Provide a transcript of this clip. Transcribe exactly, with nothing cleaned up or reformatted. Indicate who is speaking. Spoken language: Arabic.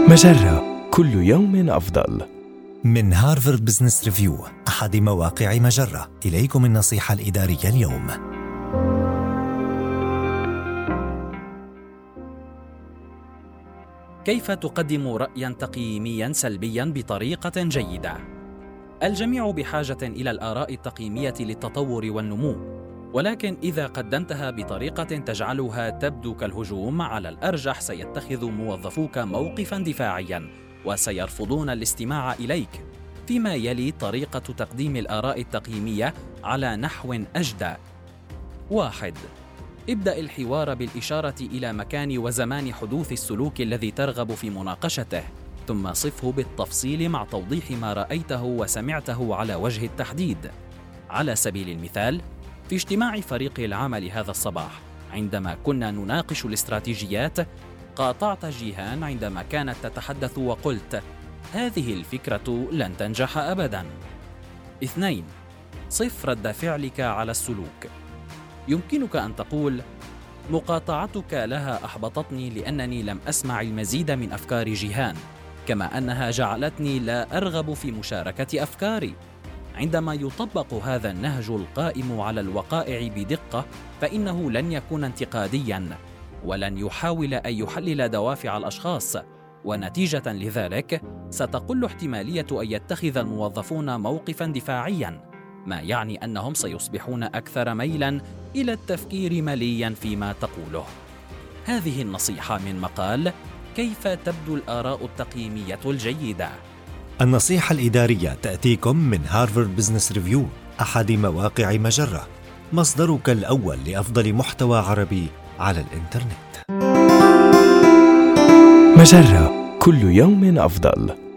Speaker 1: مجرة، كل يوم أفضل.
Speaker 2: من هارفارد بزنس ريفيو، أحد مواقع مجرة، إليكم النصيحة الإدارية اليوم.
Speaker 3: كيف تقدم رأياً تقييمياً سلبياً بطريقة جيدة؟ الجميع بحاجة إلى الآراء التقييمية للتطور والنمو، ولكن إذا قدمتها بطريقة تجعلها تبدو كالهجوم، على الأرجح سيتخذ موظفوك موقفاً دفاعياً وسيرفضون الاستماع إليك. فيما يلي طريقة تقديم الآراء التقييمية على نحو أجدى. واحد. ابدأ الحوار بالإشارة إلى مكان وزمان حدوث السلوك الذي ترغب في مناقشته، ثم صفه بالتفصيل مع توضيح ما رأيته وسمعته على وجه التحديد. على سبيل المثال، في اجتماع فريق العمل هذا الصباح عندما كنا نناقش الاستراتيجيات، قاطعت جيهان عندما كانت تتحدث وقلت: هذه الفكرة لن تنجح أبداً. اثنين. صف رد فعلك على السلوك. يمكنك أن تقول: مقاطعتك لها أحبطتني لأنني لم أسمع المزيد من أفكار جيهان، كما أنها جعلتني لا أرغب في مشاركة أفكاري. عندما يطبق هذا النهج القائم على الوقائع بدقة، فإنه لن يكون انتقادياً، ولن يحاول أن يحلل دوافع الأشخاص، ونتيجة لذلك ستقل احتمالية أن يتخذ الموظفون موقفاً دفاعياً، ما يعني أنهم سيصبحون أكثر ميلاً إلى التفكير ملياً فيما تقوله. هذه النصيحة من مقال كيف تبدو الآراء التقييمية الجيدة.
Speaker 2: النصيحة الإدارية تأتيكم من هارفارد بزنس ريفيو، أحد مواقع مجرة، مصدرك الأول لأفضل محتوى عربي على الإنترنت.
Speaker 1: مجرة، كل يوم أفضل.